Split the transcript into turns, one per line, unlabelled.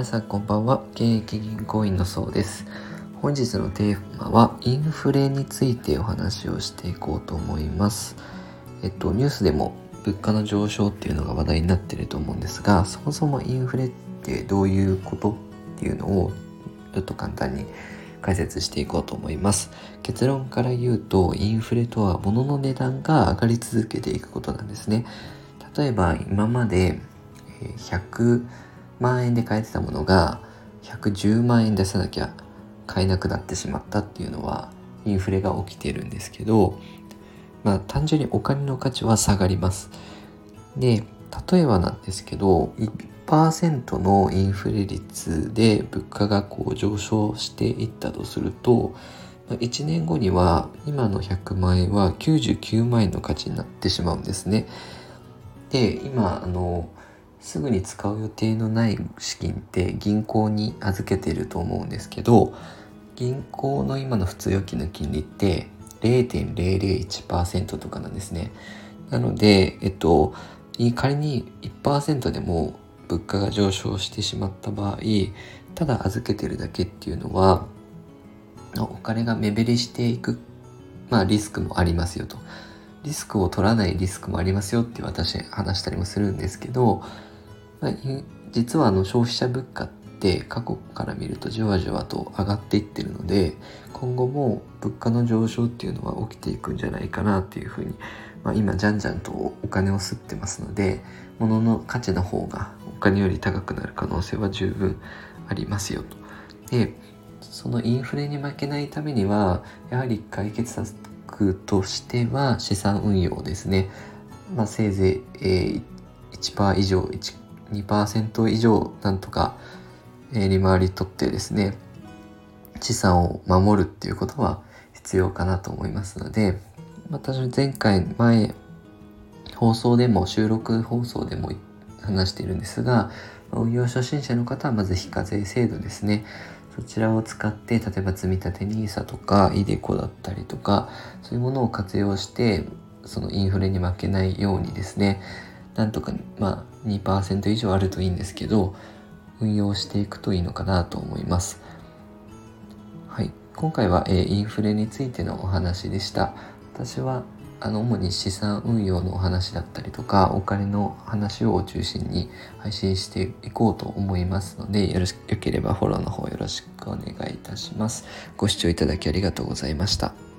さんこんばんは。現役銀行員のそうです。本日のテーマはインフレについてお話をしていこうと思います。ニュースでも物価の上昇っていうのが話題になっていると思うんですが、そもそもインフレってどういうことっていうのをちょっと簡単に解説していこうと思います。結論から言うと、インフレとは物の値段が上がり続けていくことなんですね。例えば今まで100万円で買えてたものが110万円出さなきゃ買えなくなってしまったっていうのはインフレが起きているんですけど、単純にお金の価値は下がります。で、例えばなんですけど、1% のインフレ率で物価が上昇していったとすると、1年後には今の100万円は99万円の価値になってしまうんですね。で、今すぐに使う予定のない資金って銀行に預けていると思うんですけど、銀行の今の普通預金の金利って 0.001% とかなんですね。なので、仮に 1% でも物価が上昇してしまった場合、ただ預けてるだけっていうのはお金が目減りしていく、リスクもありますよと。リスクを取らないリスクもありますよって私話したりもするんですけど、実は消費者物価って過去から見るとじわじわと上がっていってるので、今後も物価の上昇っていうのは起きていくんじゃないかなっていうふうに、今じゃんじゃんとお金を吸ってますので、物の価値の方がお金より高くなる可能性は十分ありますよと。で、そのインフレに負けないためにはやはり解決策としては資産運用ですね。せいぜい、1% 以上2% 以上なんとか、利回り取ってですね、資産を守るっていうことは必要かなと思いますので、私前放送でも収録放送でも話しているんですが、運用初心者の方はまず非課税制度ですね。そちらを使って、例えば積立 NISA とかiDeCo だったりとか、そういうものを活用してそのインフレに負けないようにですね、なんとか2% 以上あるといいんですけど、運用していくといいのかなと思います。はい、今回は、インフレについてのお話でした。私は主に資産運用のお話だったりとか、お金の話を中心に配信していこうと思いますので、よければフォローの方よろしくお願いいたします。ご視聴いただきありがとうございました。